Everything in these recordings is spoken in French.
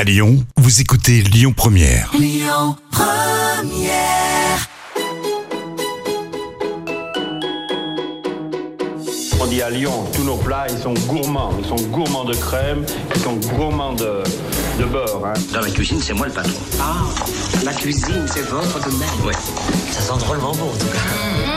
À Lyon, vous écoutez Lyon Première. Lyon Première. On dit à Lyon, tous nos plats, ils sont gourmands. Ils sont gourmands de crème, ils sont gourmands de beurre. Hein. Dans la cuisine, c'est moi le patron. Ah, la cuisine, c'est votre domaine. Ouais. Ça sent drôlement bon, en tout cas.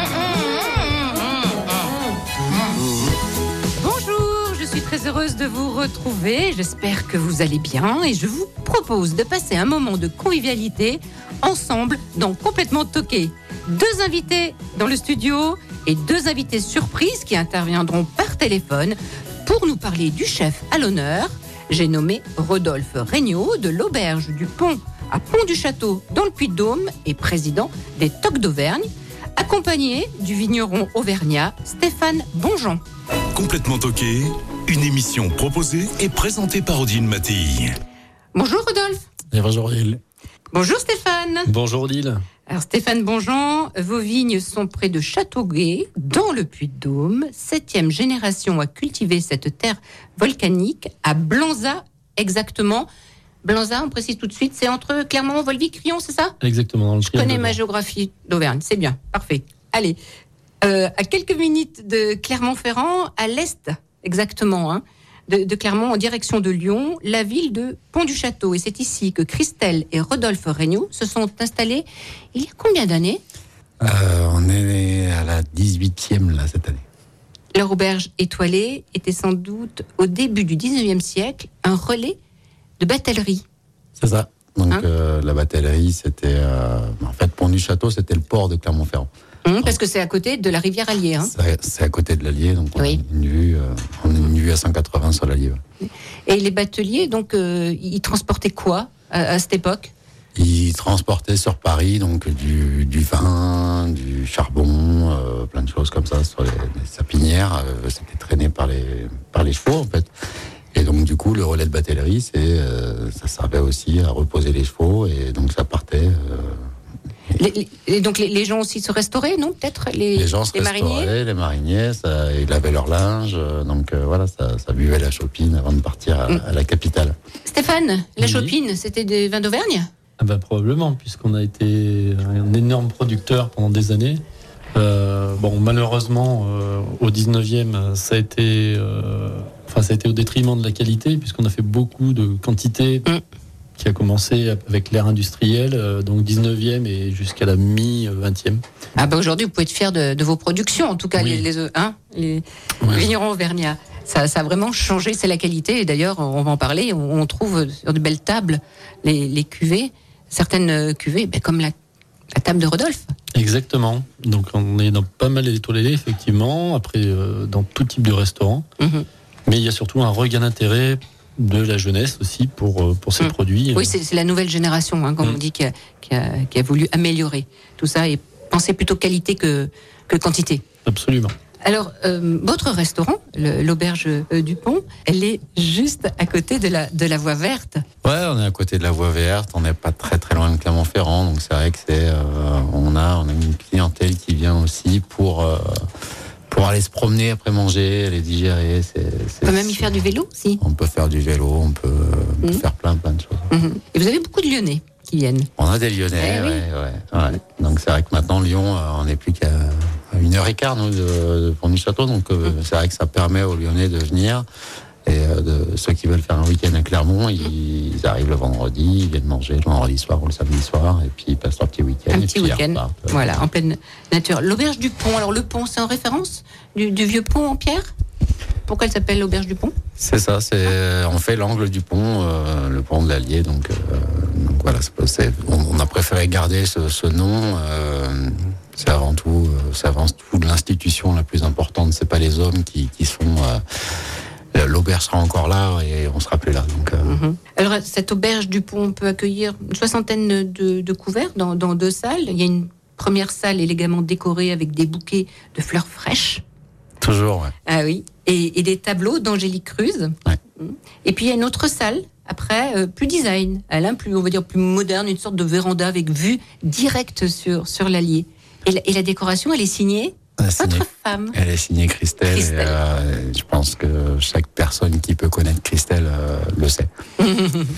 Bonjour, je suis très heureuse de vous retrouver. J'espère que vous allez bien et je vous propose de passer un moment de convivialité ensemble dans Complètement Toqué. 2 invités dans le studio et 2 invités surprises qui interviendront par téléphone pour nous parler du chef à l'honneur. J'ai nommé Rodolphe Regnault de l'Auberge du Pont à Pont-du-Château dans le Puy-de-Dôme et président des Toques d'Auvergne, accompagné du vigneron auvergnat Stéphane Bonjean. Complètement toqué, une émission proposée et présentée par Odile Mattei. Bonjour Rodolphe. Et bonjour Odile. Bonjour Stéphane. Bonjour Odile. Alors Stéphane Bonjean, vos vignes sont près de Châteauguay, dans le Puy-de-Dôme. 7e génération à cultiver cette terre volcanique à Blanza, exactement. Blanza, on précise tout de suite, c'est entre Clermont, Volvic, Riom, c'est ça ? Exactement. Dans le Je connais ma géographie d'Auvergne, c'est bien, parfait. Allez, à quelques minutes de Clermont-Ferrand, à l'est, exactement, de Clermont en direction de Lyon, la ville de Pont-du-Château. Et c'est ici que Christelle et Rodolphe Regnault se sont installés il y a combien d'années ? On est à la 18e là cette année. Leur auberge étoilée était sans doute au début du 19e siècle un relais de batellerie. C'est ça. Donc la batellerie, c'était en fait Pont-du-Château, c'était le port de Clermont-Ferrand. Parce que c'est à côté de la rivière Allier. C'est à côté de l'Allier, donc on a une vue à 180 sur l'Allier. Ouais. Et les bateliers, donc, ils transportaient quoi à cette époque ? Ils transportaient sur Paris donc du vin, du charbon, plein de choses comme ça sur les sapinières. C'était traîné par les chevaux en fait. Et donc du coup, le relais de batellerie, ça servait aussi à reposer les chevaux et donc ça partait. Donc les gens aussi se restauraient, non ? Peut-être les gens se restauraient, les mariniers, ils lavaient leur linge, donc voilà, ça buvait la chopine avant de partir à la capitale. Stéphane, la chopine, c'était des vins d'Auvergne ? Probablement, puisqu'on a été un énorme producteur pendant des années. Malheureusement, au 19e, ça a été au détriment de la qualité, puisqu'on a fait beaucoup de quantité qui a commencé avec l'ère industrielle, donc 19e et jusqu'à la mi-20e. Aujourd'hui, vous pouvez être fier de vos productions, en tout cas, les vignerons auvergnats. Ça a vraiment changé, c'est la qualité. Et d'ailleurs, on va en parler, on trouve sur de belles tables les cuvées, certaines cuvées, comme la table de Rodolphe. Exactement. Donc on est dans pas mal d'étoilés, effectivement, après dans tout type de restaurant. Mais il y a surtout un regain d'intérêt de la jeunesse aussi pour ces produits. Oui, c'est la nouvelle génération, comme on dit, qui a voulu améliorer tout ça et penser plutôt qualité que quantité. Absolument. Alors, votre restaurant, l'Auberge du Pont, elle est juste à côté de la voie verte. Ouais, on est à côté de la voie verte, on n'est pas très très loin de Clermont-Ferrand, donc c'est vrai que on a une clientèle qui vient aussi pour aller se promener après manger, aller digérer. On peut même y faire du vélo, si. On peut faire du vélo, on peut faire plein de choses. Et vous avez beaucoup de Lyonnais qui viennent. On a des Lyonnais, ouais. Donc c'est vrai que maintenant Lyon, on n'est plus qu'à 1h15 nous, de Pont-du-Château, donc c'est vrai que ça permet aux Lyonnais de venir. Et ceux qui veulent faire un week-end à Clermont, ils arrivent le vendredi, ils viennent manger le vendredi soir ou le samedi soir, et puis ils passent leur petit week-end. Voilà, en pleine nature. L'Auberge du Pont, alors le pont, c'est en référence du vieux pont en pierre ? Pourquoi elle s'appelle l'Auberge du Pont ? C'est ça, on fait l'angle du pont, le pont de l'Allier, donc voilà, on a préféré garder ce nom. C'est avant tout de l'institution la plus importante, c'est pas les hommes qui sont... L'auberge sera encore là et on sera plus là. Donc, Alors, cette auberge du Pont peut accueillir une 60aine de couverts dans 2 salles. Il y a une première salle élégamment décorée avec des bouquets de fleurs fraîches. Toujours, ouais. Ah oui. Et des tableaux d'Angélique Cruz. Ouais. Et puis, il y a une autre salle, après, plus design. Elle est plus moderne, une sorte de véranda avec vue directe sur l'Allier. Et la décoration, elle est signée votre femme. Elle est signée Christelle. Et, je pense que chaque personne qui peut connaître Christelle le sait.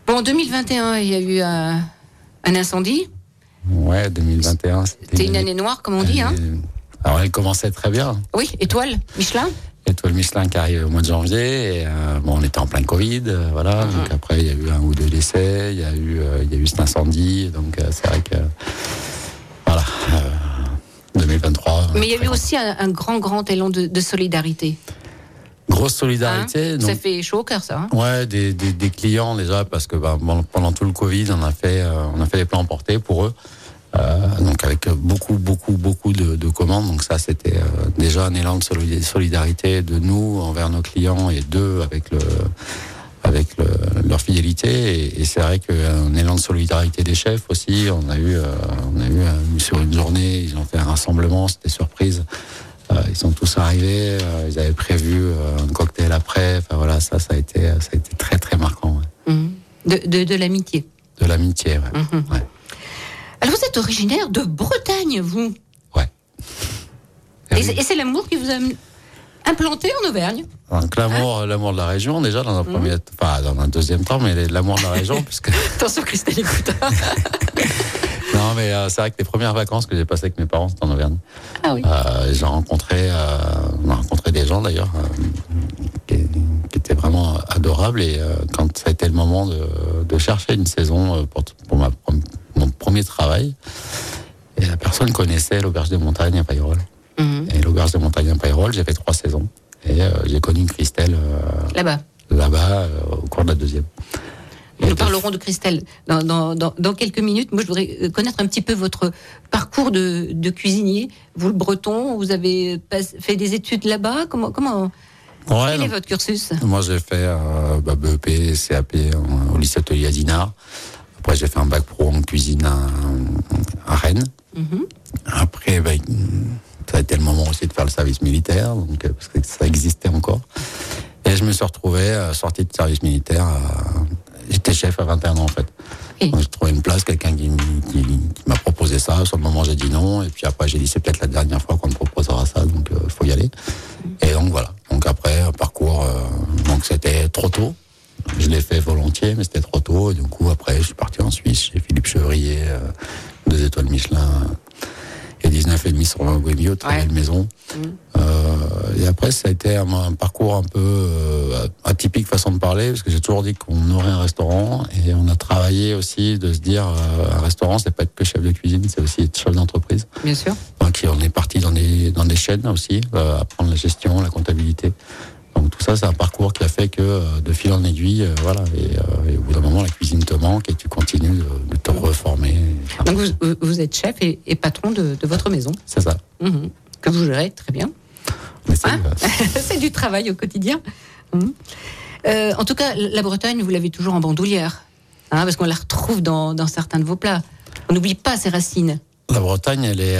Bon, en 2021, il y a eu un incendie. Ouais, 2021. C'était une année noire, comme on dit. Hein. Alors, elle commençait très bien. Oui, étoile Michelin. Étoile Michelin qui arrive au mois de janvier. Et, on était en plein Covid, voilà. Donc après, il y a eu un ou deux décès, il y a eu cet incendie. Donc c'est vrai que voilà. 2023. Mais il y a eu aussi un grand élan de solidarité. Grosse solidarité. Hein, donc, ça fait chaud au cœur, ça. Hein. Ouais, des clients déjà, parce que pendant tout le Covid, on a fait des plans emportés pour eux. Donc avec beaucoup de commandes. Donc ça, c'était déjà un élan de solidarité de nous envers nos clients et d'eux avec leur fidélité. Et c'est vrai qu'un élan de solidarité des chefs aussi. On a eu sur une journée, ils ont fait un rassemblement, c'était surprise. Ils sont tous arrivés, ils avaient prévu un cocktail après. Enfin voilà, ça a été très très marquant. Ouais. De l'amitié. De l'amitié, ouais. Ouais. Alors vous êtes originaire de Bretagne, vous. Ouais. Et c'est l'amour qui vous a implanté en Auvergne. Donc l'amour de la région déjà dans un deuxième temps, mais l'amour de la région puisque. Attention Christelle, écoute. Non, mais c'est vrai que les premières vacances que j'ai passées avec mes parents, c'était en Auvergne. Ah oui. On a rencontré des gens d'ailleurs qui étaient vraiment adorables. Et quand ça a été le moment de chercher une saison pour mon premier travail, et la personne connaissait l'auberge de montagne à Paillerolle. Et l'auberge de montagne à Paillerolle, j'ai fait 3 saisons. Et j'ai connu Christelle là-bas, au cours de la deuxième. Nous parlerons de Christelle dans quelques minutes. Moi, je voudrais connaître un petit peu votre parcours de cuisinier. Vous, le breton, vous avez fait des études là-bas. Quel est votre cursus? Moi, j'ai fait BEP, CAP au lycée hôtelier à Dinard. Après, j'ai fait un bac pro en cuisine à Rennes. Après, ça a été le moment aussi de faire le service militaire, donc, parce que ça existait encore. Et je me suis retrouvé sorti de service militaire. J'étais chef à 21 ans en fait. Donc, j'ai trouvé une place, quelqu'un qui m'a proposé ça. Sur le moment, j'ai dit non. Et puis après, j'ai dit c'est peut-être la dernière fois qu'on me proposera ça, donc il faut y aller. Et donc voilà. Donc après, un parcours. Donc c'était trop tôt. Je l'ai fait volontiers, mais c'était trop tôt. Et du coup, après, je suis parti en Suisse chez Philippe Chevrier, 2 étoiles Michelin. Et 19,5 sur un Wemio, très belle maison. Et après, ça a été un parcours un peu atypique façon de parler, parce que j'ai toujours dit qu'on aurait un restaurant, et on a travaillé aussi de se dire, un restaurant, c'est pas être que chef de cuisine, c'est aussi être chef d'entreprise. Bien sûr. Donc, on est parti dans des chaînes aussi, apprendre la gestion, la comptabilité. Donc tout ça, c'est un parcours qui a fait que de fil en aiguille, voilà, et au bout d'un moment, la cuisine te manque et tu continues de te reformer. Donc vous êtes chef et patron de votre maison. C'est ça. Que vous gérez très bien. C'est du travail au quotidien. En tout cas, la Bretagne, vous l'avez toujours en bandoulière, parce qu'on la retrouve dans certains de vos plats. On n'oublie pas ses racines. La Bretagne,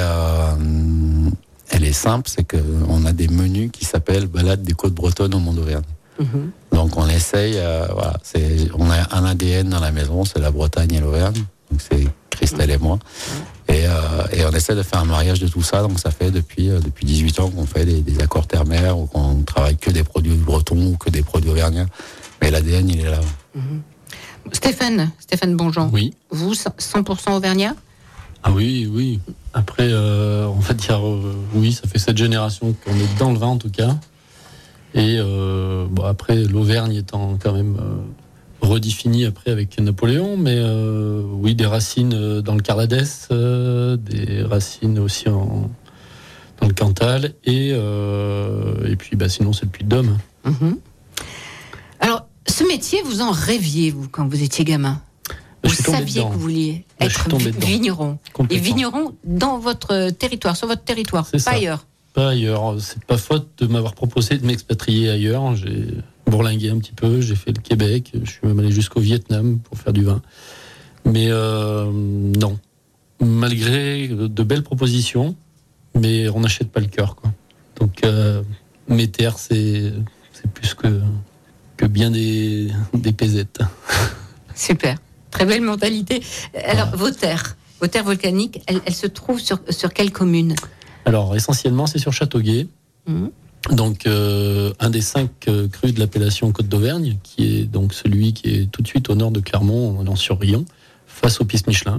elle est simple, c'est qu'on a des menus qui s'appellent balade des côtes bretonnes au Mont d'Auvergne. Donc on essaye, on a un ADN dans la maison, c'est la Bretagne et l'Auvergne. Donc c'est Christelle et moi. Et on essaie de faire un mariage de tout ça. Donc ça fait depuis 18 ans qu'on fait des accords terre-mer, ou qu'on travaille que des produits bretons ou que des produits auvergnats. Mais l'ADN, il est là. Stéphane Bonjean. Oui. Vous, 100% auvergnat? Ah oui. Après, on va dire, oui, ça fait 7 générations qu'on est dans le vin en tout cas. Et après, l'Auvergne étant quand même redéfinie après avec Napoléon, mais oui, des racines dans le Cardadès, des racines aussi dans le Cantal, et puis sinon c'est le Puy-de-Dôme. Alors, ce métier, vous en rêviez, vous, quand vous étiez gamin? Vous saviez que vous vouliez être vigneron. Et vigneron dans votre territoire, sur votre territoire, pas ailleurs. Pas ailleurs. C'est pas faute de m'avoir proposé de m'expatrier ailleurs. J'ai bourlingué un petit peu, j'ai fait le Québec, je suis même allé jusqu'au Vietnam pour faire du vin. Mais non. Malgré de belles propositions, mais on n'achète pas le cœur, quoi. Donc mes terres, c'est plus que bien des pézettes. Super. Très belle mentalité. Alors, vos terres volcaniques, elles se trouvent sur quelle commune? Alors, essentiellement, c'est sur Châteauguay. Donc, un des 5 crus de l'appellation Côte d'Auvergne, qui est donc celui qui est tout de suite au nord de Clermont, en allant sur Rion, face aux pistes Michelin.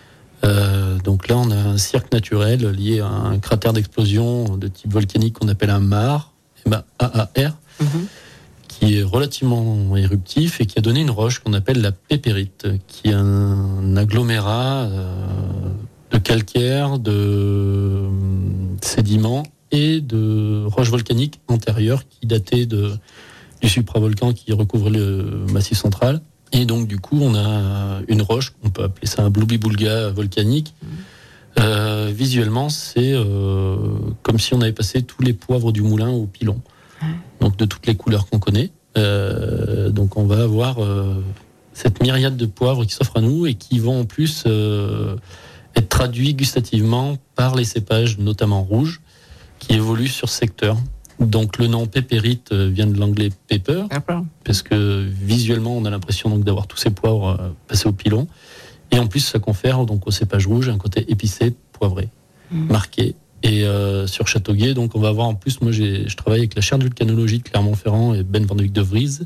Donc là, on a un cirque naturel lié à un cratère d'explosion de type volcanique qu'on appelle un MAAR, M-A-A-R, qui est relativement éruptif et qui a donné une roche qu'on appelle la pépérite, qui est un agglomérat de calcaire, de sédiments et de roches volcaniques antérieures qui dataient du supravolcan qui recouvre le massif central. Et donc, du coup, on a une roche, on peut appeler ça un bloubi-boulga volcanique. Visuellement, c'est comme si on avait passé tous les poivres du moulin au pilon. Donc, de toutes les couleurs qu'on connaît. Donc, on va avoir cette myriade de poivres qui s'offrent à nous et qui vont en plus être traduits gustativement par les cépages, notamment rouges, qui évoluent sur ce secteur. Donc le nom pépérite vient de l'anglais pepper, parce que visuellement on a l'impression donc d'avoir tous ces poivres passés au pilon, et en plus ça confère donc au cépage rouge un côté épicé, poivré, marqué. Et sur Châteauguay, donc on va avoir en plus, moi je travaille avec la chaire de vulcanologie de Clermont-Ferrand et Ben van Wyck de Vries,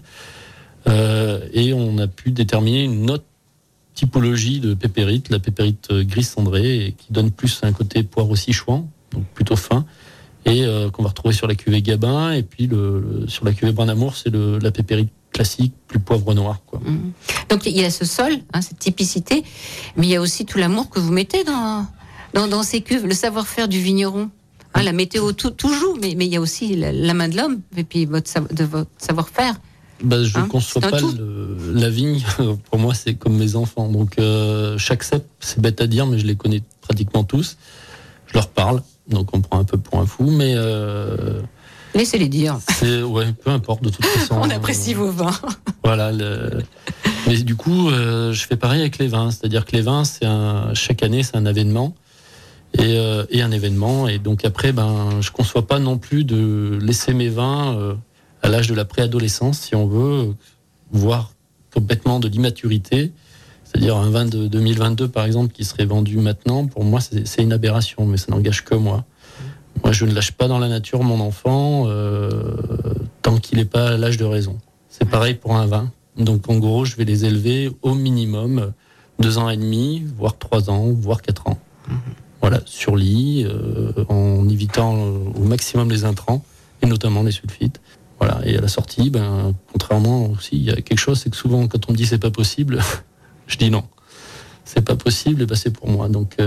et on a pu déterminer une autre typologie de pépérite, la pépérite gris cendré, et qui donne plus un côté poivre sichuan, donc plutôt fin. Et qu'on va retrouver sur la cuvée Gabin, et puis sur la cuvée Brin d'Amour, c'est la pépérite classique, plus poivre noir, quoi. Donc il y a ce sol, cette typicité, mais il y a aussi tout l'amour que vous mettez dans ces cuves, le savoir-faire du vigneron. La météo tout joue, mais il y a aussi la main de l'homme, et puis votre savoir-faire. Je ne conçois pas la vigne, pour moi c'est comme mes enfants. Donc chaque cep, c'est bête à dire, mais je les connais pratiquement tous. Je leur parle. Donc on prend un peu pour un fou, mais laissez-les dire. Peu importe de toute façon. On apprécie vos vins. Voilà. Mais du coup, je fais pareil avec les vins, c'est-à-dire que les vins, chaque année, c'est un événement et un événement. Et donc après, je conçois pas non plus de laisser mes vins à l'âge de la préadolescence, si on veut, voire complètement de l'immaturité. C'est-à-dire un vin de 2022, par exemple, qui serait vendu maintenant, pour moi, c'est une aberration, mais ça n'engage que moi. Moi, je ne lâche pas dans la nature mon enfant tant qu'il n'est pas à l'âge de raison. C'est pareil pour un vin. Donc, en gros, je vais les élever au minimum 2 ans et demi, voire 3 ans, voire 4 ans. Voilà, sur lit, en évitant au maximum les intrants, et notamment les sulfites. Voilà, et à la sortie, contrairement aussi, il y a quelque chose, c'est que souvent, quand on me dit c'est pas possible... Je dis non, c'est pas possible, et c'est pour moi. Donc,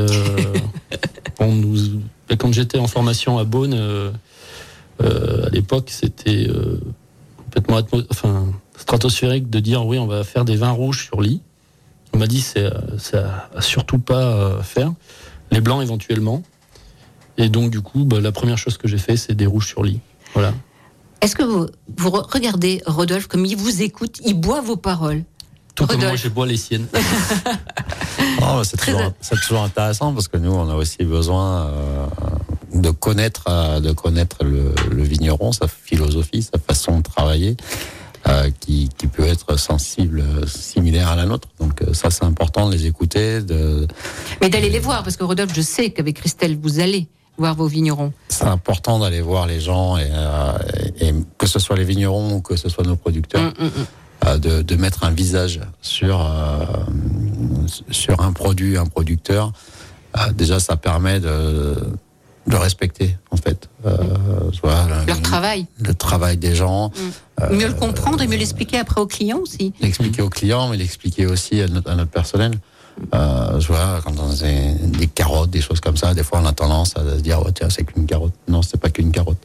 quand j'étais en formation à Beaune, à l'époque, c'était complètement stratosphérique de dire oui, on va faire des vins rouges sur lit. On m'a dit ça à surtout pas faire. Les blancs éventuellement. Et donc du coup, la première chose que j'ai fait, c'est des rouges sur lit. Voilà. Est-ce que vous regardez Rodolphe comme il vous écoute, il boit vos paroles? Tout comme moi, je bois les siennes. C'est toujours intéressant parce que nous, on a aussi besoin de connaître le vigneron, sa philosophie, sa façon de travailler, qui peut être similaire à la nôtre. Donc ça, c'est important de les écouter. Mais d'aller les voir, parce que Rodolphe, je sais qu'avec Christelle, vous allez voir vos vignerons. C'est important d'aller voir les gens, et que ce soit les vignerons ou que ce soit nos producteurs. De mettre un visage sur un produit, un producteur, déjà ça permet de respecter en fait leur travail. Le travail des gens. Mieux le comprendre et mieux l'expliquer après aux clients aussi. L'expliquer aux clients, mais l'expliquer aussi à notre personnel. Quand on a des carottes, des choses comme ça, des fois on a tendance à se dire tiens, c'est qu'une carotte. Non, c'est pas qu'une carotte.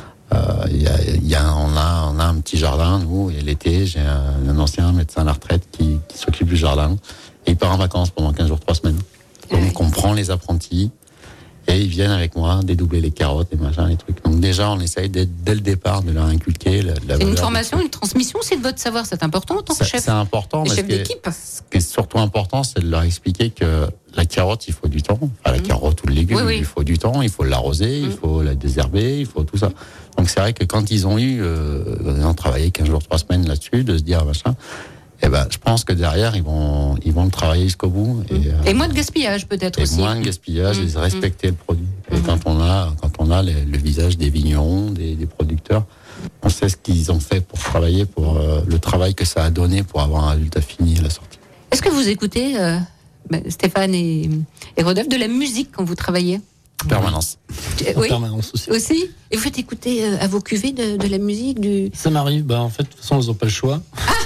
On a un petit jardin, nous, et l'été, j'ai un ancien médecin à la retraite qui s'occupe du jardin, et il part en vacances pendant 15 jours, 3 semaines. Donc on prend les apprentis, et ils viennent avec moi dédoubler les carottes, les machins, les trucs. Donc déjà, on essaye dès le départ de leur inculquer la une formation, une transmission, c'est de votre savoir, c'est important en tant que chef. C'est important, et parce chef d'équipe. Ce qui est surtout important, c'est de leur expliquer que la carotte, il faut du temps. La carotte ou le légume, il faut du temps, il faut l'arroser, il faut la désherber, il faut tout ça. Donc c'est vrai que quand ils ont travaillé 15 jours, 3 semaines là-dessus, de se dire machin, je pense que derrière ils vont le travailler jusqu'au bout. Et moins de gaspillage peut-être aussi. Moins de gaspillage, et respecter le produit. Et quand on a le visage des vignerons, des producteurs, on sait ce qu'ils ont fait pour travailler, pour le travail que ça a donné pour avoir un résultat fini à la sortie. Est-ce que vous écoutez, Stéphane et Rodolphe, de la musique quand vous travaillez ? Permanence. Oui, Permanence aussi. aussi. Et vous faites écouter à vos cuvées de la musique Ça m'arrive. En fait, de toute façon, ils n'ont pas le choix.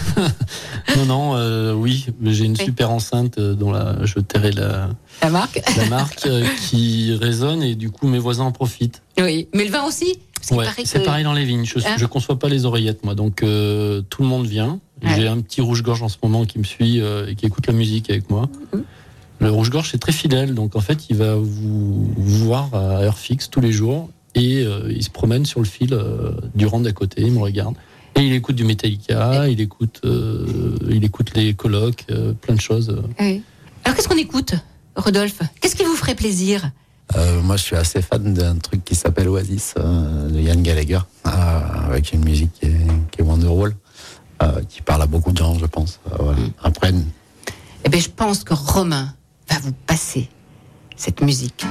Oui, j'ai une super enceinte dont je tairai la marque, qui résonne et du coup mes voisins en profitent. Oui, mais le vin aussi. C'est pareil dans les vignes. Je conçois pas les oreillettes moi, donc tout le monde vient. Ouais. J'ai un petit rouge-gorge en ce moment qui me suit et qui écoute la musique avec moi. Le rouge-gorge c'est très fidèle, donc en fait il va vous voir à heure fixe tous les jours et il se promène sur le fil du rang d'à côté, il me regarde. Et il écoute du Metallica, il écoute les colloques, plein de choses. Oui. Alors qu'est-ce qu'on écoute, Rodolphe ? Qu'est-ce qui vous ferait plaisir ? Moi, je suis assez fan d'un truc qui s'appelle Oasis, de Ian Gallagher, avec une musique qui est Wonderwall, qui parle à beaucoup de gens, je pense. Voilà. Après... je pense que Romain va vous passer cette musique.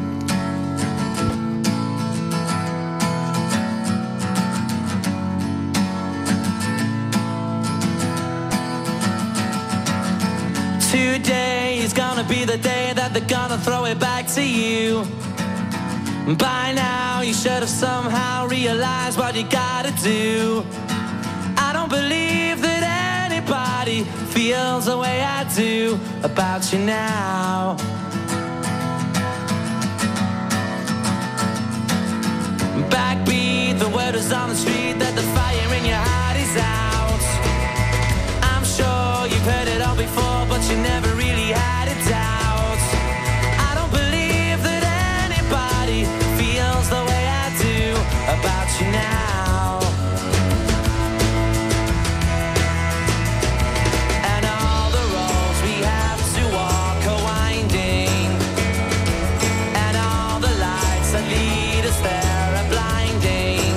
Today is gonna be the day that they're gonna throw it back to you. By now you should have somehow realized what you gotta do. I don't believe that anybody feels the way I do about you now. Backbeat, the word is on the street that the fire in your heart is out. I'm sure you've heard it all before, but you never really had a doubt. I don't believe that anybody feels the way I do about you now. And all the roads we have to walk are winding, and all the lights that lead us there are blinding.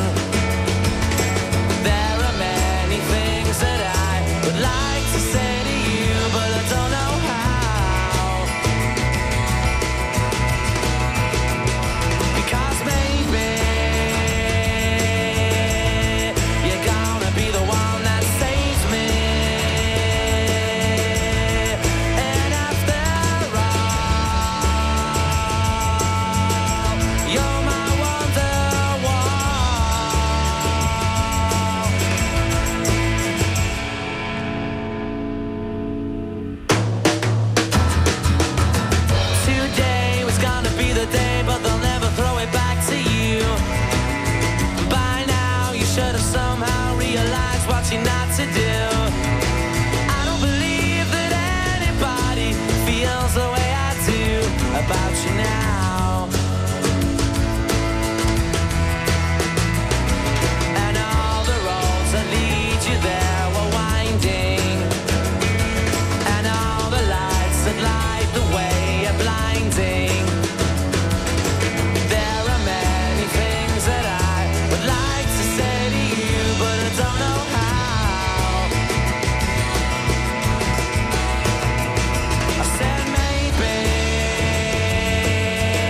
There are many things that I would like to say to you, but I don't know how. Because maybe you're gonna be the one that saves me. And after all, you're my Wonderwall. Today was gonna be the day, but they'll never throw it back to you. By now you should have somehow realized what you're not to do. I don't believe that anybody feels the way I do about you now. And all the roads that lead you there were winding, and all the lights that light the way are blinding. There are many things that I would like to say to you, but I don't know how. I said maybe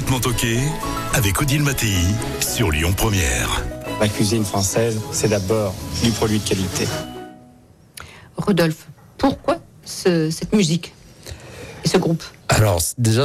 Complètement toqué avec Odile Mattei sur Lyon Première. La cuisine française, c'est d'abord du produit de qualité. Rodolphe, pourquoi cette musique et ce groupe? Alors déjà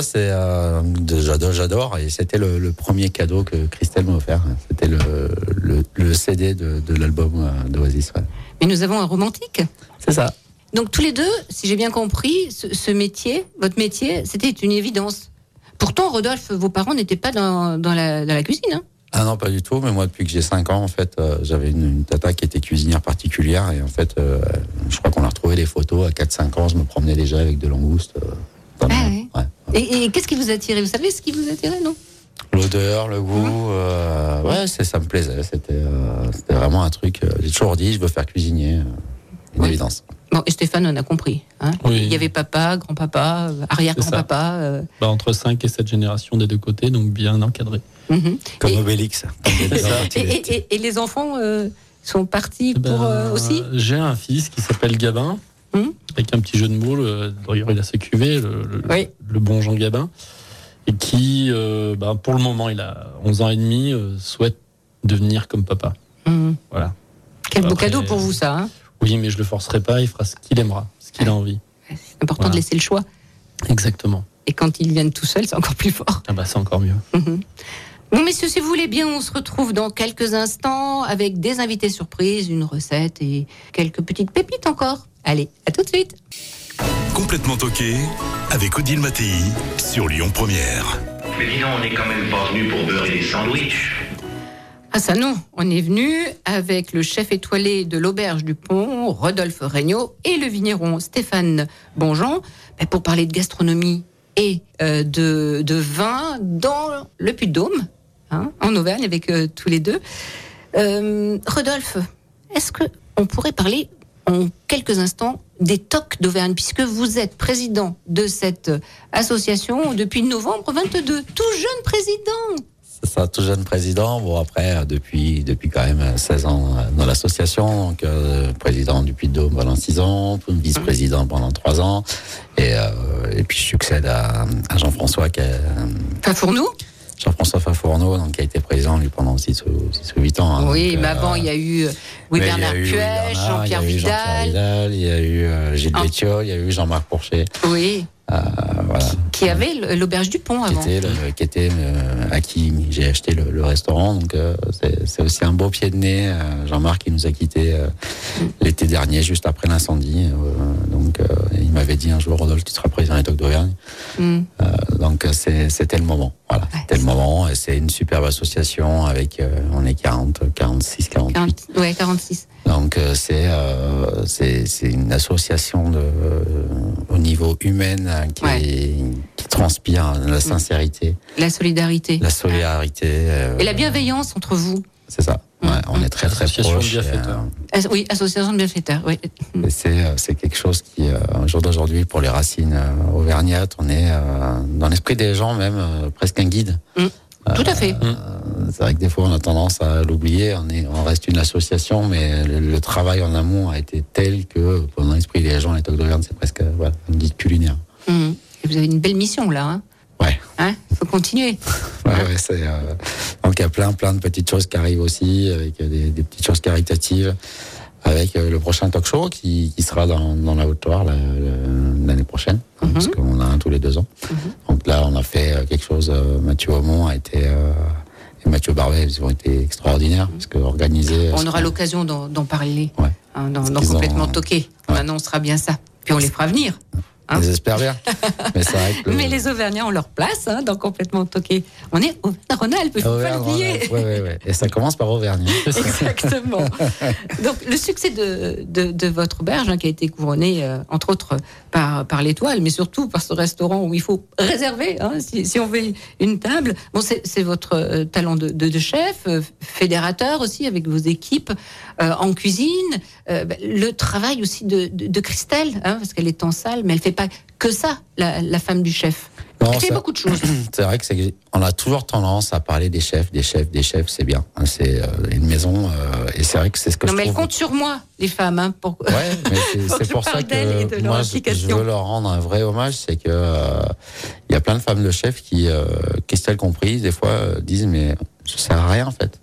j'adore et c'était le premier cadeau que Christelle m'a offert. C'était le CD de l'album d'Oasis. Ouais. Mais nous avons un romantique. C'est ça. Donc tous les deux, si j'ai bien compris, ce métier, votre métier, c'était une évidence. Pourtant, Rodolphe, vos parents n'étaient pas dans la cuisine. Hein? Ah non, pas du tout. Mais moi, depuis que j'ai 5 ans, en fait, j'avais une tata qui était cuisinière particulière. Et en fait, je crois qu'on a retrouvé des photos. À 4-5 ans, je me promenais déjà avec de langoustes. Ouais. Et qu'est-ce qui vous attirait? Vous savez ce qui vous attirait, non? L'odeur, le goût. Ça me plaisait. C'était vraiment un truc. J'ai toujours dit, je veux faire cuisinier. Une évidence. Bon, et Stéphane en a compris. Hein, oui. Il y avait papa, grand-papa, arrière-grand-papa. Entre 5 et 7 générations des deux côtés, donc bien encadré. Comme Obélix. Et les enfants sont partis pour aussi? J'ai un fils qui s'appelle Gabin, avec un petit jeu de mots. D'ailleurs, il a sa cuvée, le bon Jean Gabin, et qui, pour le moment, il a 11 ans et demi, souhaite devenir comme papa. Voilà. Quel beau cadeau pour vous, ça. Hein? Oui, mais je le forcerai pas, il fera ce qu'il aimera, ce qu'il a envie. C'est important de laisser le choix. Exactement. Et quand ils viennent tout seuls, c'est encore plus fort. C'est encore mieux. Bon, messieurs, si vous voulez bien, on se retrouve dans quelques instants avec des invités surprises, une recette et quelques petites pépites encore. Allez, à tout de suite. Complètement toqué avec Odile Mattei sur Lyon Première. Mais dis donc, on n'est quand même pas venu pour beurrer des sandwichs. Ah ça non, on est venu avec le chef étoilé de l'Auberge du Pont, Rodolphe Regnault, et le vigneron Stéphane Bonjean, pour parler de gastronomie et de vin dans le Puy-de-Dôme, en Auvergne, avec tous les deux. Rodolphe, est-ce qu'on pourrait parler en quelques instants des TOC d'Auvergne, puisque vous êtes président de cette association depuis novembre 22, tout jeune président. C'est ça, tout jeune président. Bon, après, depuis quand même 16 ans dans l'association, donc président du Puy-de-Dôme pendant 6 ans, vice-président pendant 3 ans, et puis je succède à Jean-François Fafourneau. Jean-François Fafourneau, donc qui a été président lui pendant 6 ou 8 ans. Oui, donc, mais avant il y a eu Bernard Puech, Jean-Pierre Vidal, il y a eu Gilles Bétiot, il y a eu Jean-Marc Pourchet. Oui. Voilà. Qui avait l'Auberge du Pont avant. À qui j'ai acheté le restaurant. Donc c'est aussi un beau pied de nez. Jean-Marc qui nous a quittés l'été dernier, juste après l'incendie. Donc il m'avait dit un jour, Rodolphe, tu seras président des TOC d'Auvergne. Donc c'était le moment. Voilà, c'était le moment. Et c'est une superbe association avec on est 46. 46. Donc c'est une association au niveau humain qui transpire la sincérité, la solidarité, et la bienveillance entre vous. C'est ça. Ouais, on est très très proches. Oui, association de bienfaiteurs. Oui. Et c'est quelque chose qui, au jour d'aujourd'hui, pour les racines auvergnates, on est dans l'esprit des gens même presque un guide. Tout à fait. C'est vrai que des fois on a tendance à l'oublier. On reste une association, mais le travail en amont a été tel que, dans l'esprit des gens, les TOC d'Auvergne, c'est presque un guide culinaire. Et vous avez une belle mission là. Hein. Ouais. Faut continuer. Donc il y a plein de petites choses qui arrivent aussi, avec des petites choses caritatives, avec le prochain talk show qui sera dans la Haute-Loire l'année prochaine, parce qu'on a un tous les 2 ans. Donc là on a fait quelque chose. Mathieu Aumont a été et Mathieu Barbet, ils ont été extraordinaires parce que organisés. On aura l'occasion d'en parler dans Complètement Toqué. On annoncera bien ça. Puis on les fera venir. J'espère bien. Mais, c'est vrai que mais les Auvergnats ont leur place dans Complètement Toqué. On est au Auvergne-Rhône-Alpes, il ne faut pas l'oublier. Oui. Et ça commence par Auvergne. Exactement. Donc le succès de votre auberge, qui a été couronné entre autres par l'étoile, mais surtout par ce restaurant où il faut réserver si on veut une table. Bon, c'est votre talent de chef, fédérateur aussi avec vos équipes en cuisine. Le travail aussi de Christelle, parce qu'elle est en salle, mais elle fait pas que ça, la femme du chef. Il fait beaucoup de choses. C'est vrai qu'on a toujours tendance à parler des chefs, c'est bien. C'est une maison, et c'est vrai que c'est ce que je trouve. Non, mais elles comptent sur moi, les femmes. Hein, pour... Ouais, mais c'est pour ça que moi, je veux leur rendre un vrai hommage. C'est que il y a plein de femmes de chefs qui, Christelle comprise, des fois disent mais je sers à rien en fait.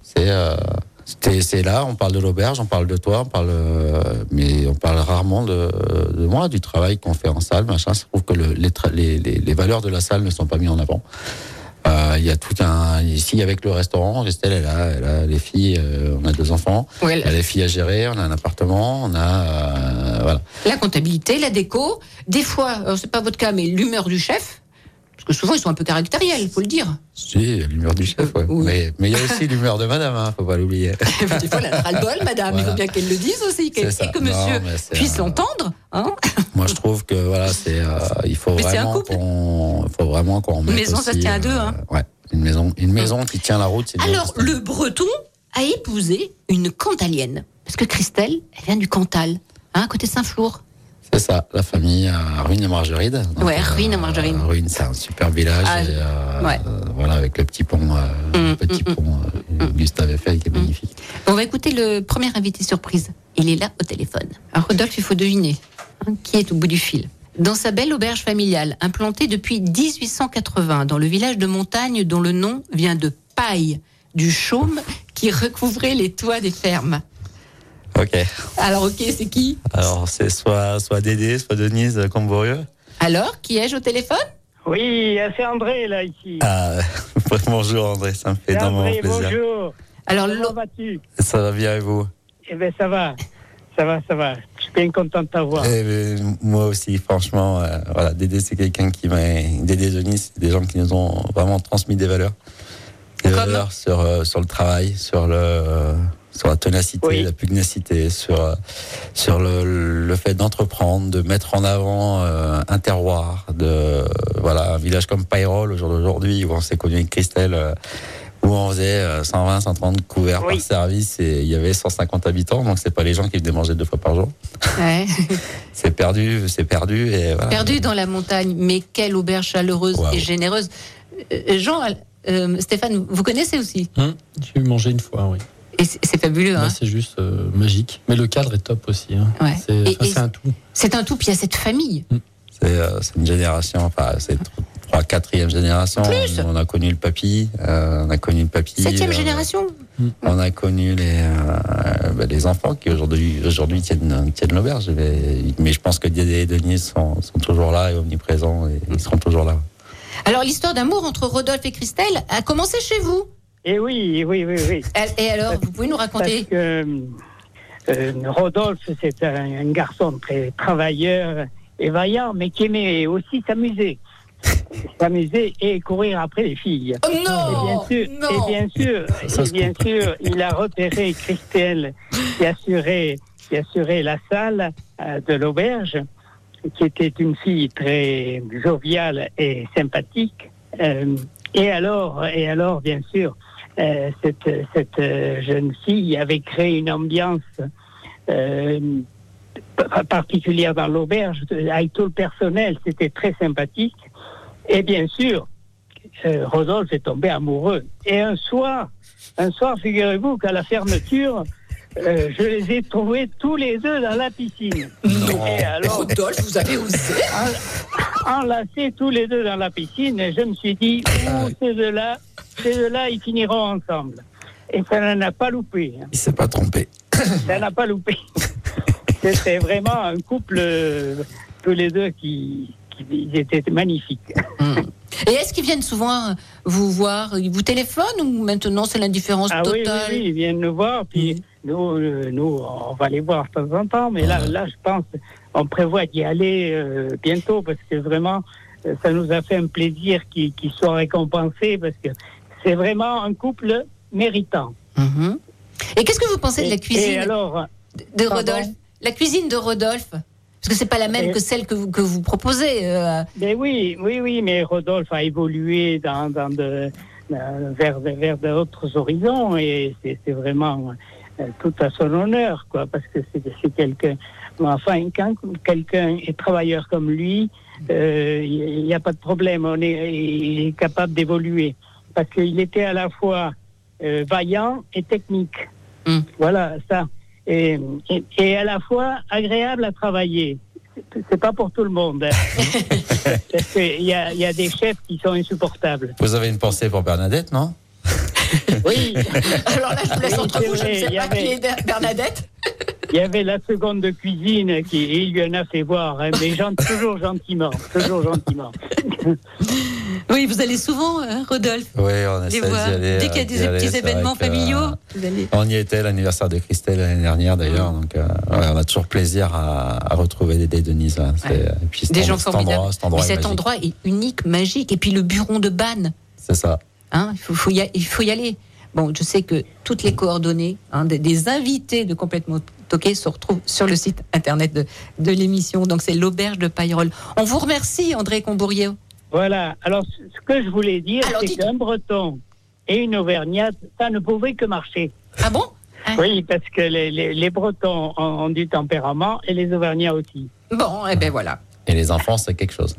C'est là, on parle de l'auberge, on parle de toi, mais on parle rarement de moi, du travail qu'on fait en salle, machin. Je trouve que les valeurs de la salle ne sont pas mises en avant. Il y a tout ici avec le restaurant, Christelle elle a les filles, on a 2 enfants, ouais, elle a les filles à gérer, on a un appartement, on a voilà. La comptabilité, la déco, des fois, alors c'est pas votre cas, mais l'humeur du chef. Parce que souvent, ils sont un peu caractériels, il faut le dire. Si, l'humeur du chef, ouais. Oui. Mais il y a aussi l'humeur de madame, hein, faut pas l'oublier. Des fois, elle a ras-le-bol, madame. Voilà. Il faut bien qu'elle le dise aussi, et que monsieur puisse l'entendre. Hein. Moi, je trouve que voilà, il faut vraiment qu'on mette maison, aussi, ça se tient à 2. Hein. Ouais, une maison qui tient la route. C'est alors, le Breton a épousé une Cantalienne. Parce que Christelle, elle vient du Cantal, hein, côté Saint-Flour. C'est ça, la famille à Ruine-et-Margeride. Ouais, Ruine-et-Margeride. Ruine, c'est un super village. Voilà, avec le petit pont, Gustave Eiffel qui est magnifique. On va écouter le premier invité surprise. Il est là au téléphone. Alors Rodolphe, il faut deviner qui est au bout du fil. Dans sa belle auberge familiale, implantée depuis 1880 dans le village de montagne dont le nom vient de paille, du chaume qui recouvrait les toits des fermes. Ok. Alors, c'est qui? Alors, c'est soit Dédé, soit Denise Camborieux. Alors, qui ai-je au téléphone? Oui, c'est André, là, ici. Bonjour, André, ça me fait énormément plaisir. Bonjour. Alors, comment vas-tu? Ça va bien, et vous? Eh bien, ça va. Je suis bien content de t'avoir. Moi aussi, franchement, voilà, Dédé, c'est quelqu'un qui Dédé et Denise, c'est des gens qui nous ont vraiment transmis des valeurs. Des valeurs sur le travail, sur la ténacité, oui. La pugnacité, sur le fait d'entreprendre, de mettre en avant un terroir, un village comme Payrolles aujourd'hui où on s'est connu avec Christelle, où on faisait 120, 130 couverts par service et il y avait 150 habitants, donc c'est pas les gens qui venaient manger 2 fois par jour. Ouais. c'est perdu et voilà. Perdu dans la montagne, mais quelle auberge chaleureuse et généreuse. Jean, Stéphane, vous connaissez aussi? J'ai mangé une fois, oui. Et c'est fabuleux, hein. C'est juste magique. Mais le cadre est top aussi. Hein. Ouais. C'est un tout. C'est un tout, puis il y a cette famille. C'est une génération, c'est 3, 4e génération. Plus. On a connu le papy. 7e génération. On a connu les enfants qui aujourd'hui tiennent l'auberge. Mais je pense que Dédé et Denise sont toujours là et omniprésents et ils seront toujours là. Alors l'histoire d'amour entre Rodolphe et Christelle a commencé chez vous? Et oui. Et alors, vous pouvez nous raconter? Parce que Rodolphe, c'est un garçon très travailleur et vaillant, mais qui aimait aussi s'amuser et courir après les filles. Oh non! Et bien sûr, il a repéré Christelle qui assurait la salle de l'auberge, qui était une fille très joviale et sympathique. Et alors, bien sûr, cette jeune fille avait créé une ambiance particulière dans l'auberge, avec tout le personnel, c'était très sympathique. Et bien sûr, Rodolphe est tombé amoureux. Et un soir, figurez-vous qu'à la fermeture, je les ai trouvés tous les 2 dans la piscine. Non. Et alors, Rodolphe, vous avez osé enlacés tous les 2 dans la piscine, et je me suis dit, ces deux-là, ils finiront ensemble. Et ça n'en a pas loupé. Hein. Il s'est pas trompé. Ça n'a pas loupé. C'était vraiment un couple, tous les 2 qui étaient magnifiques. Et est-ce qu'ils viennent souvent vous voir? Ils vous téléphonent ou maintenant c'est l'indifférence totale? Oui, ils viennent nous voir, puis nous, on va les voir de temps en temps, mais là, je pense, on prévoit d'y aller bientôt, parce que vraiment, ça nous a fait un plaisir qu'ils soient récompensés, parce que c'est vraiment un couple méritant. Mm-hmm. Et qu'est-ce que vous pensez de la cuisine de Rodolphe? La cuisine de Rodolphe? Parce que c'est pas la même que celle que vous proposez. Mais oui, mais Rodolphe a évolué vers d'autres horizons et c'est vraiment tout à son honneur, quoi, parce que c'est quelqu'un. Enfin, quand quelqu'un est travailleur comme lui, il n'y a pas de problème. Il est capable d'évoluer. Parce qu'il était à la fois vaillant et technique. Voilà, ça. Et à la fois agréable à travailler. C'est pas pour tout le monde. Parce qu'il y a des chefs qui sont insupportables. Vous avez une pensée pour Bernadette, non? Oui. Alors là, je vous laisse entre vous, je ne sais pas qui est Bernadette. Il y avait la seconde de cuisine il lui en a fait voir, hein, mais toujours gentiment. Oui, vous allez souvent, Rodolphe. Oui, on essaie d'y aller. Dès qu'il y a des petits événements familiaux, vous allez. On y était, l'anniversaire de Christelle l'année dernière d'ailleurs, donc on a toujours plaisir à retrouver des Denise. Là. Et puis des gens formidables. Cet endroit est unique, magique, et puis le buron de Bannes. C'est ça. Hein, il faut y aller. Bon, je sais que toutes les coordonnées des invités de Complètement Toqué se retrouvent sur le site internet de l'émission. Donc c'est l'auberge de Paillerolle. On vous remercie, André Combourier. Voilà. Alors, ce que je voulais dire, c'est qu'un Breton et une Auvergnate, ça ne pouvait que marcher. Ah bon? Oui, parce que les Bretons ont du tempérament et les Auvergnats aussi. Bon, et ben voilà. Et les enfants, c'est quelque chose.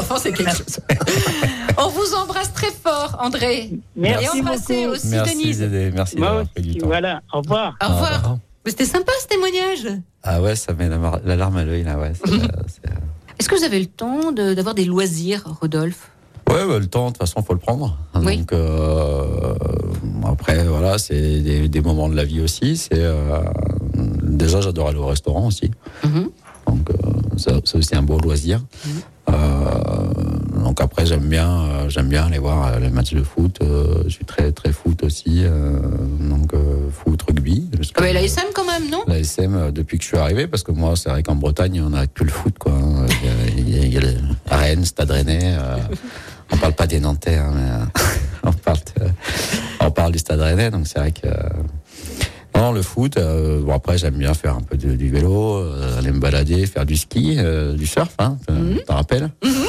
On vous embrasse très fort, André. Merci et embrassez aussi Denise. Merci d'avoir pris du temps. Voilà, au revoir. Au revoir. Mais c'était sympa ce témoignage. Ah ouais, ça met la larme à l'œil là. Ouais, Est-ce que vous avez le temps d'avoir des loisirs, Rodolphe? Ouais, le temps, de toute façon, faut le prendre. Oui. Donc après, voilà, c'est des moments de la vie aussi. Déjà, j'adore aller au restaurant aussi. Donc c'est aussi un beau loisir. Donc après, j'aime bien aller voir les matchs de foot. Je suis très très foot aussi. Donc foot, rugby. Mais l'ASM quand même, non? L'ASM depuis que je suis arrivé, parce que moi, c'est vrai qu'en Bretagne, on n'a que le foot, quoi. Il y a Rennes, Stade Rennais. On parle pas des Nantais, hein, mais on parle du Stade Rennais. Donc c'est vrai que non, le foot. Bon, après, j'aime bien faire un peu du vélo, aller me balader, faire du ski, du surf. Hein, t'en rappelles?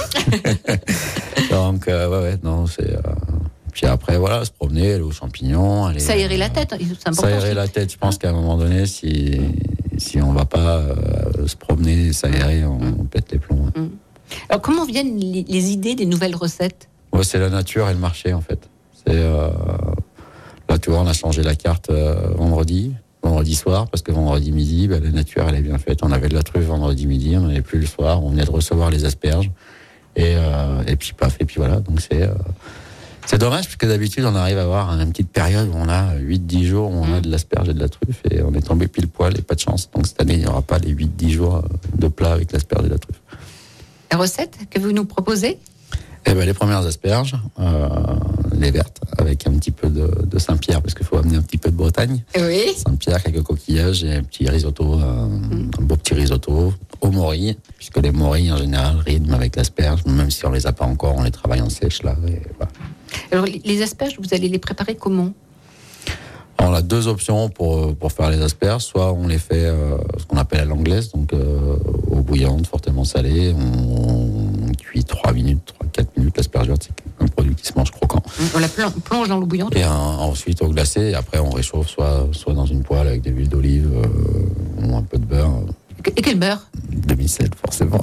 Donc ouais, non, c'est. Puis après, voilà, se promener, aller aux champignons. S'aérer la tête, c'est important. S'aérer la tête, je pense qu'à un moment donné, si on va pas se promener, s'aérer, on pète les plombs. Ouais. Alors, comment viennent les idées des nouvelles recettes? Ouais, c'est la nature et le marché, en fait. Là, tu vois, on a changé la carte vendredi soir, parce que vendredi midi, la nature, elle est bien faite. On avait de la truffe vendredi midi, on n'en avait plus le soir. On venait de recevoir les asperges. Et puis, paf, et puis voilà. Donc, c'est dommage, parce que d'habitude, on arrive à avoir une petite période où on a 8-10 jours où on a de l'asperge et de la truffe, et on est tombé pile poil, et pas de chance. Donc, cette année, il n'y aura pas les 8-10 jours de plat avec l'asperge et la truffe. La recette que vous nous proposez? Les premières asperges, les vertes, avec un petit peu de Saint-Pierre, parce qu'il faut amener un petit peu de Bretagne. Oui. Saint-Pierre, quelques coquillages et un petit risotto, un beau petit risotto au mori, puisque les moris, en général, rythment avec l'asperge, même si on les a pas encore, on les travaille en sèche, là. Et voilà. Alors, les asperges, vous allez les préparer comment? On a deux options pour faire les asperges. Soit on les fait ce qu'on appelle à l'anglaise, donc eau bouillante, fortement salée. On cuit 3-4 minutes l'asperge verte. C'est un produit qui se mange croquant. On la plonge dans l'eau bouillante. Et ensuite au glacé. Et après on réchauffe soit dans une poêle avec de l'huile d'olive ou un peu de beurre. Et quel beurre? Demi-sel, forcément.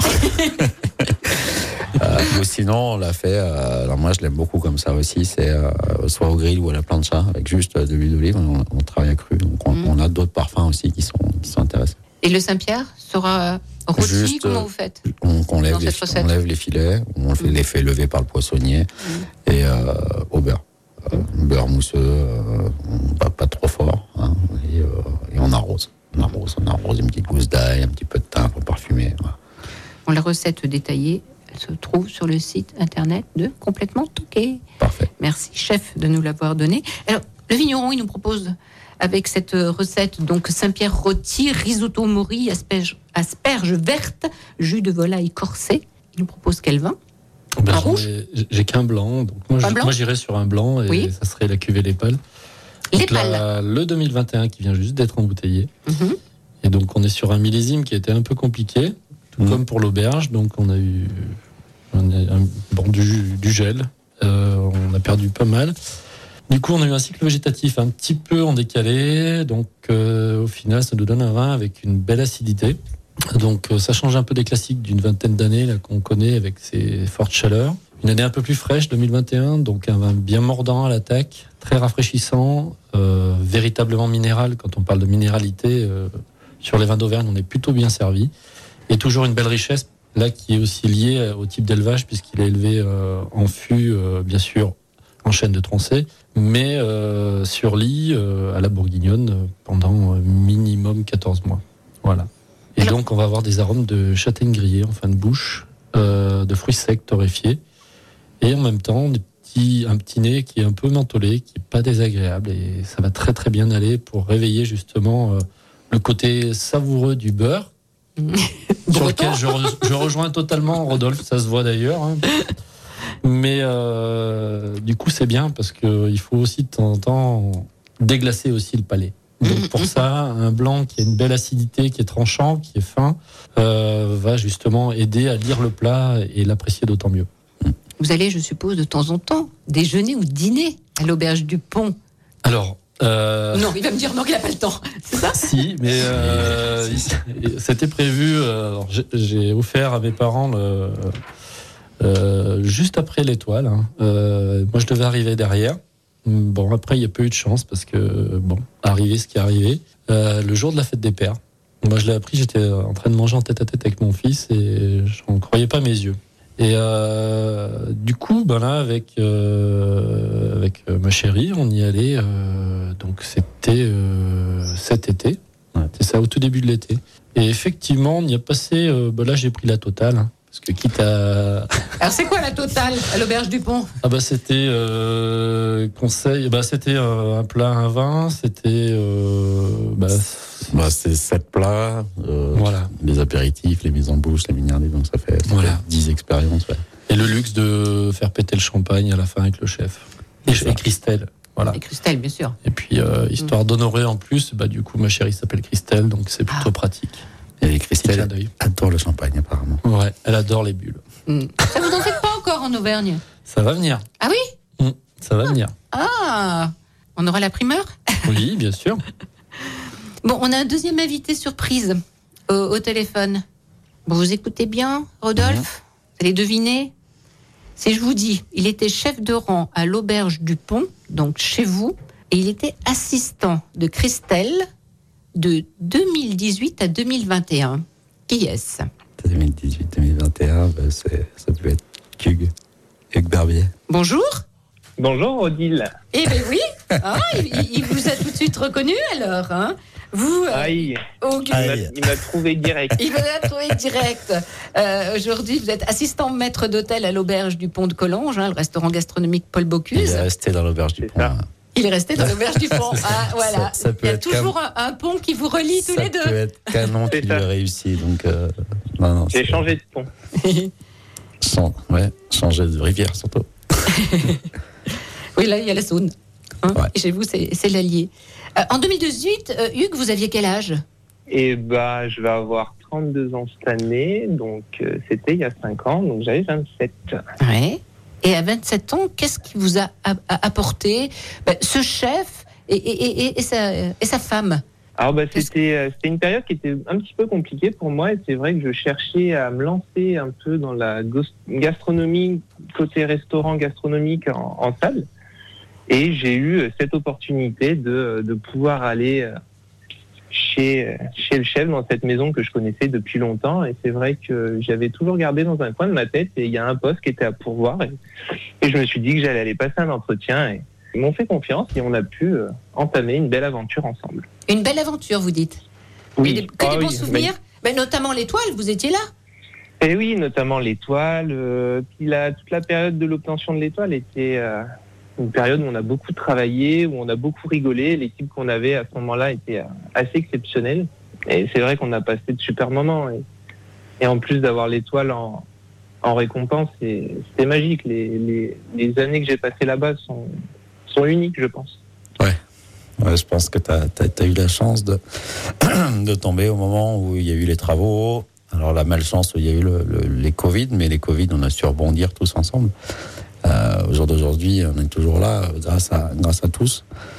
Ou sinon, on l'a fait. Alors moi, je l'aime beaucoup comme ça aussi. C'est soit au grill ou à la plancha avec juste de l'huile d'olive. On travaille à cru. Donc on a d'autres parfums aussi qui sont intéressants. Et le Saint-Pierre sera rôti? Juste, comment vous faites? On lève les filets. On les fait lever par le poissonnier et au beurre. Beurre mousseux, pas trop fort. Hein, et on arrose. On arrose une petite gousse d'ail, un petit peu de thym pour parfumer. Voilà. La recette détaillée, elle se trouve sur le site internet de Complètement Toqué. Parfait. Merci, chef, de nous l'avoir donné. Alors, le vigneron, il nous propose, avec cette recette, donc Saint-Pierre rôti, risotto mori, asperges vertes, jus de volaille corsé. Il nous propose quel vin? Un rouge? J'ai qu'un blanc. Donc moi, j'irais sur un blanc, et ça serait la cuvée Les Pales. Le 2021 qui vient juste d'être embouteillé. Et donc, on est sur un millésime qui était un peu compliqué, tout comme pour l'auberge. Donc, on a eu du gel. On a perdu pas mal. Du coup, on a eu un cycle végétatif un petit peu en décalé. Donc, au final, ça nous donne un vin avec une belle acidité. Donc ça change un peu des classiques d'une vingtaine d'années là, qu'on connaît avec ces fortes chaleurs. Une année un peu plus fraîche, 2021, donc un vin bien mordant à l'attaque, très rafraîchissant, véritablement minéral. Quand on parle de minéralité, sur les vins d'Auvergne, on est plutôt bien servi. Et toujours une belle richesse, là, qui est aussi liée au type d'élevage, puisqu'il est élevé en fût, bien sûr, en chêne de Tronchet, mais sur lit, à la bourguignonne, pendant minimum 14 mois. Voilà. Et donc, on va avoir des arômes de châtaigne grillée en fin de bouche, de fruits secs torréfiés, et en même temps, un petit nez qui est un peu mentholé, qui n'est pas désagréable, et ça va très très bien aller pour réveiller justement le côté savoureux du beurre, sur lequel je rejoins totalement Rodolphe, ça se voit d'ailleurs. Hein. Mais du coup, c'est bien parce qu'il faut aussi de temps en temps déglacer aussi le palais. Donc pour ça, un blanc qui a une belle acidité, qui est tranchant, qui est fin, va justement aider à lire le plat et l'apprécier d'autant mieux. Vous allez, je suppose, de temps en temps déjeuner ou dîner à l'auberge du Pont. Alors... Non, il va me dire non, qu'il n'a pas le temps. C'est ça ? Si, mais c'était prévu. J'ai offert à mes parents juste après l'étoile. Hein. Moi, je devais arriver derrière. Bon, après, il n'y a pas eu de chance parce que, arrivé ce qui est arrivé. Le jour de la fête des pères, moi, je l'ai appris, j'étais en train de manger en tête-à-tête avec mon fils et je n'en croyais pas mes yeux. Et du coup, là, avec ma chérie, on y allait. Donc, c'était cet été. Ouais. C'est ça, au tout début de l'été. Et effectivement, on y a passé. Là, j'ai pris la totale. Hein, parce que quitte à. Alors, c'est quoi la totale à l'auberge du Pont ? C'était conseil. C'était un plat, un vin. C'était. C'est 7 plats. Voilà. Les apéritifs, les mises en bouche, les mignardés. Donc, ça fait 10 expériences. Ouais. Et le luxe de faire péter le champagne à la fin avec le chef. Et Christelle. Voilà. Et Christelle, bien sûr. Et puis, histoire d'honorer en plus, du coup, ma chérie s'appelle Christelle, donc c'est plutôt pratique. Et Christelle adore le champagne, apparemment. Ouais, elle adore les bulles. Ça, vous n'en faites pas encore en Auvergne ? Ça va venir. Ah oui ? Ça va venir. Ah, on aura la primeur ? Oui, bien sûr. Bon, on a un deuxième invité surprise au téléphone. Bon, vous écoutez bien, Rodolphe ? Vous allez deviner ? Si je vous dis, il était chef de rang à l'auberge du Pont, donc chez vous, et il était assistant de Christelle de 2018 à 2021. Qui est-ce ? 2018-2021, ça peut être Hugues Barbier. Bonjour. Bonjour Odile. Eh bien oui, il vous a tout de suite reconnu alors. Hein. Vous, il m'a trouvé direct. Il vous a trouvé direct. Aujourd'hui, vous êtes assistant maître d'hôtel à l'auberge du Pont de Collonges, le restaurant gastronomique Paul Bocuse. Il est resté dans l'auberge du Pont. Il est resté dans l'auberge du Pont. Ah, voilà. Ça peut il y a toujours un pont qui vous relie tous les deux. Ça peut être canon qui lui a réussi. Donc, j'ai changé de pont. Changer de rivière surtout. Oui, là, il y a la Saône. Ouais. Chez vous, c'est l'Allier. En 2018, Hugues, vous aviez quel âge ? Je vais avoir 32 ans cette année, donc c'était il y a 5 ans, donc j'avais 27. Ouais. Et à 27 ans, qu'est-ce qui vous a apporté ce chef et sa femme ? Alors c'était une période qui était un petit peu compliquée pour moi, et c'est vrai que je cherchais à me lancer un peu dans la gastronomie, côté restaurant gastronomique en salle. Et j'ai eu cette opportunité de pouvoir aller chez le chef dans cette maison que je connaissais depuis longtemps. Et c'est vrai que j'avais toujours gardé dans un coin de ma tête, et il y a un poste qui était à pourvoir. Et je me suis dit que j'allais aller passer un entretien. Et ils m'ont fait confiance et on a pu entamer une belle aventure ensemble. Une belle aventure, vous dites ? Oui. Des bons souvenirs ? Notamment l'étoile, vous étiez là ? Et oui, notamment l'étoile. Toute la période de l'obtention de l'étoile était... une période où on a beaucoup travaillé, où on a beaucoup rigolé. L'équipe qu'on avait à ce moment-là était assez exceptionnelle. Et c'est vrai qu'on a passé de super moments. Et en plus d'avoir l'étoile en récompense, c'était magique. Les années que j'ai passées là-bas sont uniques, je pense. Ouais, je pense que tu as eu la chance de tomber au moment où il y a eu les travaux. Alors la malchance où il y a eu les Covid, mais les Covid, on a su rebondir tous ensemble. Au jour d'aujourd'hui, on est toujours là grâce à tous.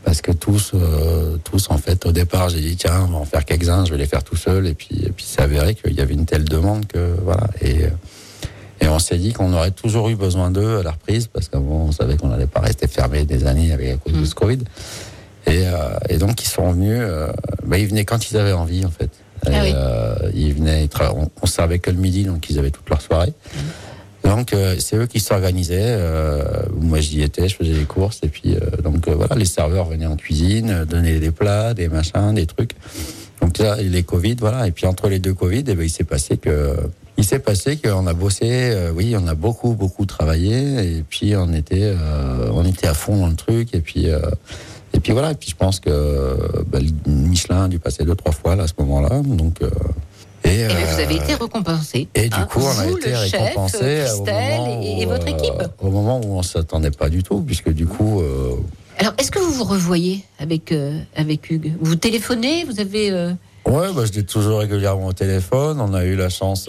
parce que tous en fait, au départ, j'ai dit tiens, on va en faire quelques-uns, je vais les faire tout seul, et puis c'est avéré qu'il y avait une telle demande que voilà, et on s'est dit qu'on aurait toujours eu besoin d'eux à la reprise, parce qu'avant on savait qu'on n'allait pas rester fermé des années à cause de ce Covid. Et donc ils sont venus, ils venaient quand ils avaient envie en fait. Ils venaient, on servait que le midi, donc ils avaient toute leur soirée. Donc c'est eux qui s'organisaient. Moi j'y étais, je faisais les courses, et puis voilà, les serveurs venaient en cuisine, donnaient des plats, des machins, des trucs. Donc là, les Covid, voilà. Et puis entre les deux Covid, il s'est passé qu'on a bossé, on a beaucoup travaillé, et puis on était à fond dans le truc, et puis voilà. Et puis je pense que Michelin a dû passer 2-3 fois là, à ce moment-là. Donc et vous avez été récompensé. Et du coup, on a été récompensé et votre équipe. Au moment où on s'attendait pas du tout, puisque du coup. Alors, est-ce que vous vous revoyez avec Hugues? Vous téléphonez? Vous avez Ouais, je l'ai toujours régulièrement au téléphone. On a eu la chance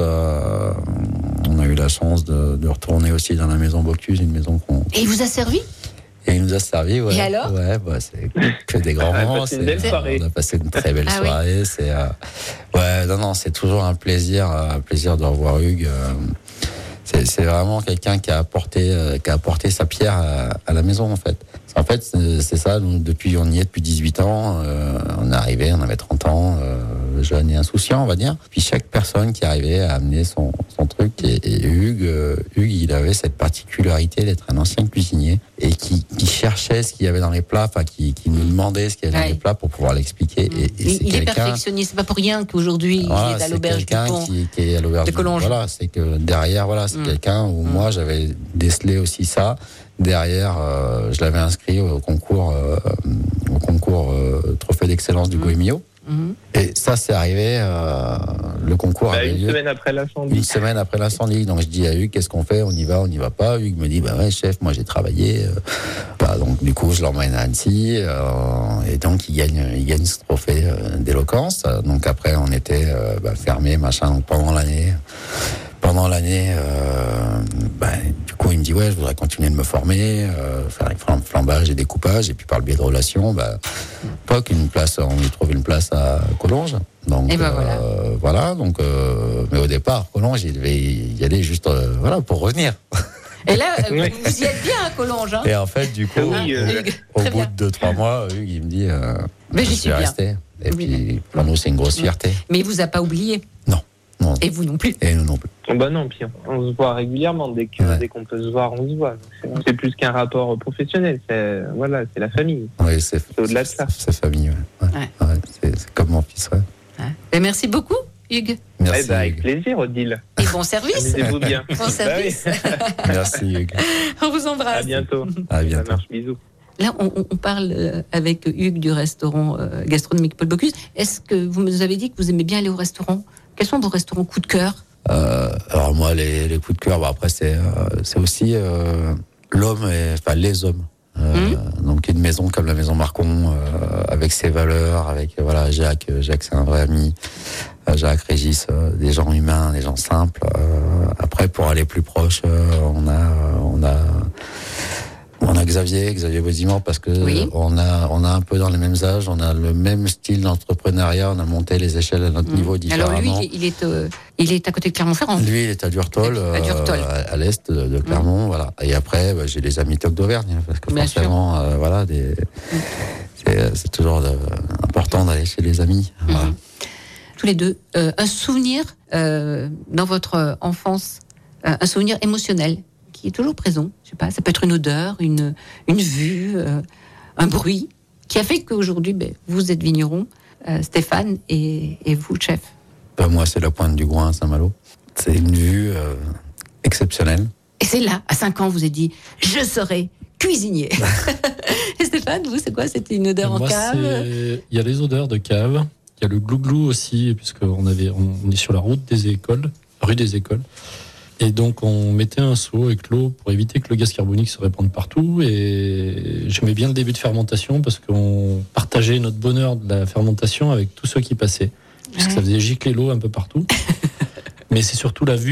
de retourner aussi dans la maison Bocuse, une maison qu'on. Et il vous a servi? Et il nous a servi, ouais. Et alors? Ouais, c'est que des grands moments. On a passé une très belle soirée. Oui. C'est toujours un plaisir de revoir Hugues. C'est vraiment quelqu'un qui a apporté sa pierre à la maison, en fait. En fait, c'est ça. On y est depuis 18 ans. On est arrivé, on avait 30 ans, jeune et insouciant, on va dire. Puis chaque personne qui arrivait a amené son truc. Et Hugues, il avait cette particularité d'être un ancien cuisinier et qui cherchait ce qu'il y avait dans les plats, qui nous demandait ce qu'il y avait dans les plats pour pouvoir l'expliquer. Il est perfectionniste. C'est pas pour rien qu'aujourd'hui il est à l'auberge du Pont. Qui est à l'auberge de Collonges. Voilà, c'est que derrière, c'est quelqu'un où moi j'avais décelé aussi ça. Derrière, je l'avais inscrit au concours Trophée d'excellence du Goemio. Et ça, c'est arrivé, le concours avait lieu. Une semaine après l'incendie. Donc je dis à Hugues, qu'est-ce qu'on fait? On y va pas? Hugues me dit, ouais, chef, moi j'ai travaillé. Donc du coup, je l'emmène à Annecy. Et donc il gagne ce trophée d'éloquence. Donc après, on était fermé, machin. Donc pendant l'année, du coup, il me dit, ouais, je voudrais continuer de me former, faire flambage et découpage, et puis par le biais de relations, on lui trouve une place à Collonges. Donc, voilà. Donc, mais au départ, Collonges, il devait y aller juste, pour revenir. Et là, vous y êtes bien à Collonges, hein? Et en fait, du coup, au bout de 2-3 mois, Hugues, il me dit, mais j'y suis resté. Et puis, pour nous, c'est une grosse fierté. Mais il vous a pas oublié? Non. Et vous non plus? Et nous non plus. Non, puis on se voit régulièrement. Dès qu'on peut se voir, on se voit. C'est plus qu'un rapport professionnel. C'est la famille. Oui, c'est au-delà de ça. C'est famille, c'est comme mon fils, Et merci beaucoup, Hugues. Merci. Avec plaisir, Odile. Et bon service. Amusez-vous bien. Bon service. Merci, Hugues. On vous embrasse. À bientôt. À bientôt. Ça marche, bisous. Là, on parle avec Hugues du restaurant gastronomique Paul Bocuse. Est-ce que vous nous avez dit que vous aimez bien aller au restaurant? Quels sont vos restaurants coup de cœur? Alors moi, les coups de cœur, après c'est aussi l'homme, les hommes. Donc une maison comme la maison Marcon, avec ses valeurs, avec Jacques, c'est un vrai ami. Jacques, Régis, des gens humains, des gens simples. Après, pour aller plus proche, on a Xavier Bozimor, parce que on a un peu dans les mêmes âges, on a le même style d'entrepreneuriat, on a monté les échelles à notre niveau différemment. Alors lui, il est à côté de Clermont-Ferrand. Lui, il est à Durtol, à l'est de Clermont, voilà. Et après, j'ai les amis Toc d'Auvergne, parce que forcément, c'est toujours important d'aller chez les amis. Voilà. Tous les deux, un souvenir dans votre enfance, un souvenir émotionnel qui est toujours présent. Je sais pas, ça peut être une odeur, une vue, un bruit, qui a fait qu'aujourd'hui, vous êtes vigneron, Stéphane, et vous, chef. Moi, c'est la pointe du Groin à Saint-Malo. C'est une vue exceptionnelle. Et c'est là, à 5 ans, vous avez dit, je serai cuisinier. Et Stéphane, vous, c'est quoi? C'était une odeur en cave? Il y a les odeurs de cave, il y a le glouglou aussi, puisqu'on est sur la route des écoles, rue des écoles. Et donc, on mettait un seau avec l'eau pour éviter que le gaz carbonique se répande partout. Et j'aimais bien le début de fermentation parce qu'on partageait notre bonheur de la fermentation avec tous ceux qui passaient. Parce que ça faisait gicler l'eau un peu partout. Mais c'est surtout la vue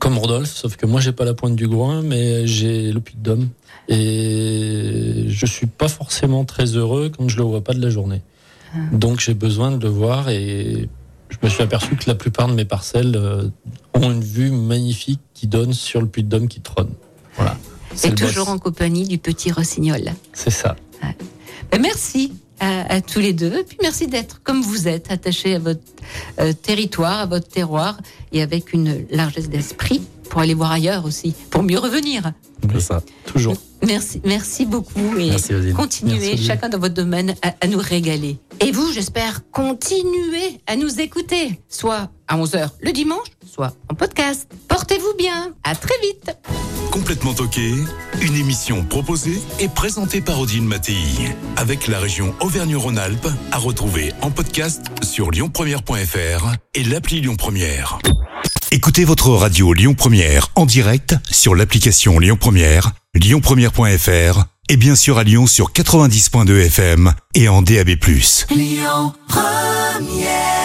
comme Rodolphe, sauf que moi j'ai pas la pointe du groin, mais j'ai le Puy-de-Dôme. Et je suis pas forcément très heureux quand je le vois pas de la journée. Donc j'ai besoin de le voir et je me suis aperçu que la plupart de mes parcelles ont une vue magnifique qui donne sur le Puy-de-Dôme qui trône. Voilà. Et toujours en compagnie du petit rossignol. C'est ça. Merci à tous les deux. Et puis merci d'être comme vous êtes, attachés à votre territoire, à votre terroir et avec une largesse d'esprit pour aller voir ailleurs aussi, pour mieux revenir. C'est ça, toujours. Merci beaucoup et continuez chacun dans votre domaine à nous régaler. Et vous, j'espère, continuez à nous écouter, soit à 11h le dimanche, soit en podcast. Portez-vous bien, à très vite. Complètement toqué, une émission proposée et présentée par Odile Mattei, avec la région Auvergne-Rhône-Alpes, à retrouver en podcast sur lyonpremière.fr et l'appli Lyon Première. Écoutez votre radio Lyon Première en direct sur l'application Lyon Première, lyonpremière.fr et bien sûr à Lyon sur 90.2 FM et en DAB+. Lyon Première.